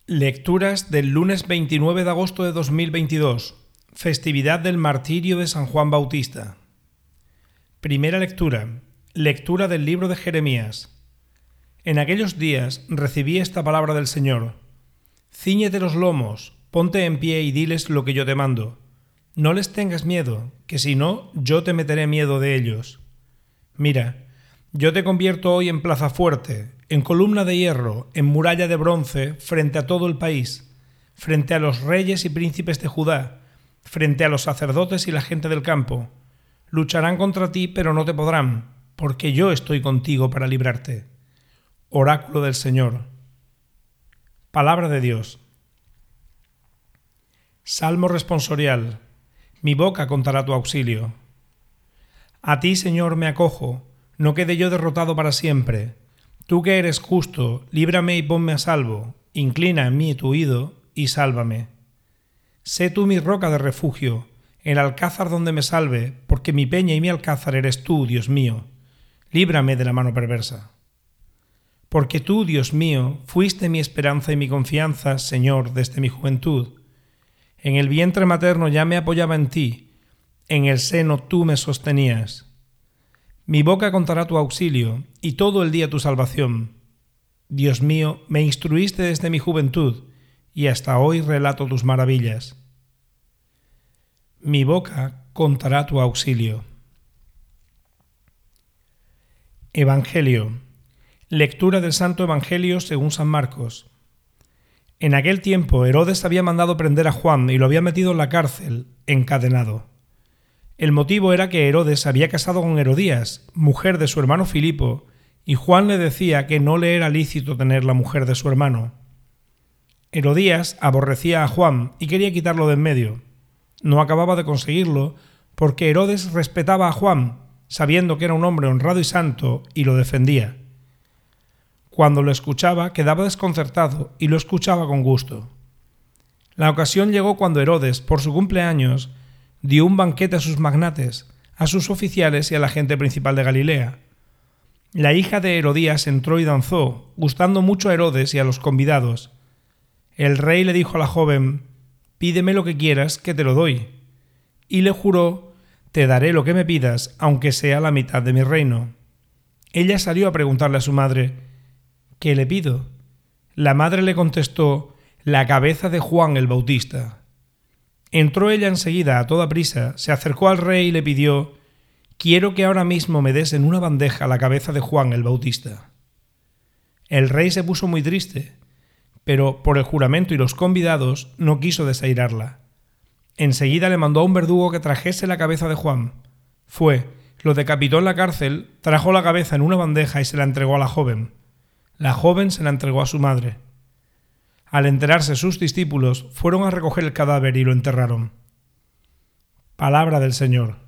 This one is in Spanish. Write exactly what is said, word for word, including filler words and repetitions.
Lecturas del lunes veintinueve de agosto de dos mil veintidós, festividad del martirio de San Juan Bautista. Primera lectura. Lectura del libro de Jeremías. En aquellos días recibí esta palabra del Señor. Cíñete los lomos, ponte en pie y diles lo que yo te mando. No les tengas miedo, que si no, yo te meteré miedo de ellos. Mira, yo te convierto hoy en plaza fuerte, en columna de hierro, en muralla de bronce, frente a todo el país, frente a los reyes y príncipes de Judá, frente a los sacerdotes y la gente del campo. Lucharán contra ti, pero no te podrán, porque yo estoy contigo para librarte. Oráculo del Señor. Palabra de Dios. Salmo responsorial. Mi boca contará tu auxilio. A ti, Señor, me acojo, no quede yo derrotado para siempre. Tú que eres justo, líbrame y ponme a salvo, inclina en mí tu oído y sálvame. Sé tú mi roca de refugio, el alcázar donde me salve, porque mi peña y mi alcázar eres tú, Dios mío. Líbrame de la mano perversa. Porque tú, Dios mío, fuiste mi esperanza y mi confianza, Señor, desde mi juventud. En el vientre materno ya me apoyaba en ti, en el seno tú me sostenías. Mi boca contará tu auxilio, y todo el día tu salvación. Dios mío, me instruiste desde mi juventud, y hasta hoy relato tus maravillas. Mi boca contará tu auxilio. Evangelio. Lectura del Santo Evangelio según San Marcos. En aquel tiempo Herodes había mandado prender a Juan y lo había metido en la cárcel, encadenado. El motivo era que Herodes había casado con Herodías, mujer de su hermano Filipo, y Juan le decía que no le era lícito tener la mujer de su hermano. Herodías aborrecía a Juan y quería quitarlo de en medio. No acababa de conseguirlo porque Herodes respetaba a Juan, sabiendo que era un hombre honrado y santo, y lo defendía. Cuando lo escuchaba quedaba desconcertado y lo escuchaba con gusto. La ocasión llegó cuando Herodes, por su cumpleaños, dio un banquete a sus magnates, a sus oficiales y a la gente principal de Galilea. La hija de Herodías entró y danzó, gustando mucho a Herodes y a los convidados. El rey le dijo a la joven: «Pídeme lo que quieras, que te lo doy». Y le juró: «Te daré lo que me pidas, aunque sea la mitad de mi reino». Ella salió a preguntarle a su madre: «¿Qué le pido?». La madre le contestó: «La cabeza de Juan el Bautista». Entró ella enseguida a toda prisa, se acercó al rey y le pidió: «Quiero que ahora mismo me des en una bandeja la cabeza de Juan el Bautista». El rey se puso muy triste, pero por el juramento y los convidados no quiso desairarla. Enseguida le mandó a un verdugo que trajese la cabeza de Juan. Fue, lo decapitó en la cárcel, trajo la cabeza en una bandeja y se la entregó a la joven. La joven se la entregó a su madre. Al enterarse sus discípulos, fueron a recoger el cadáver y lo enterraron. Palabra del Señor.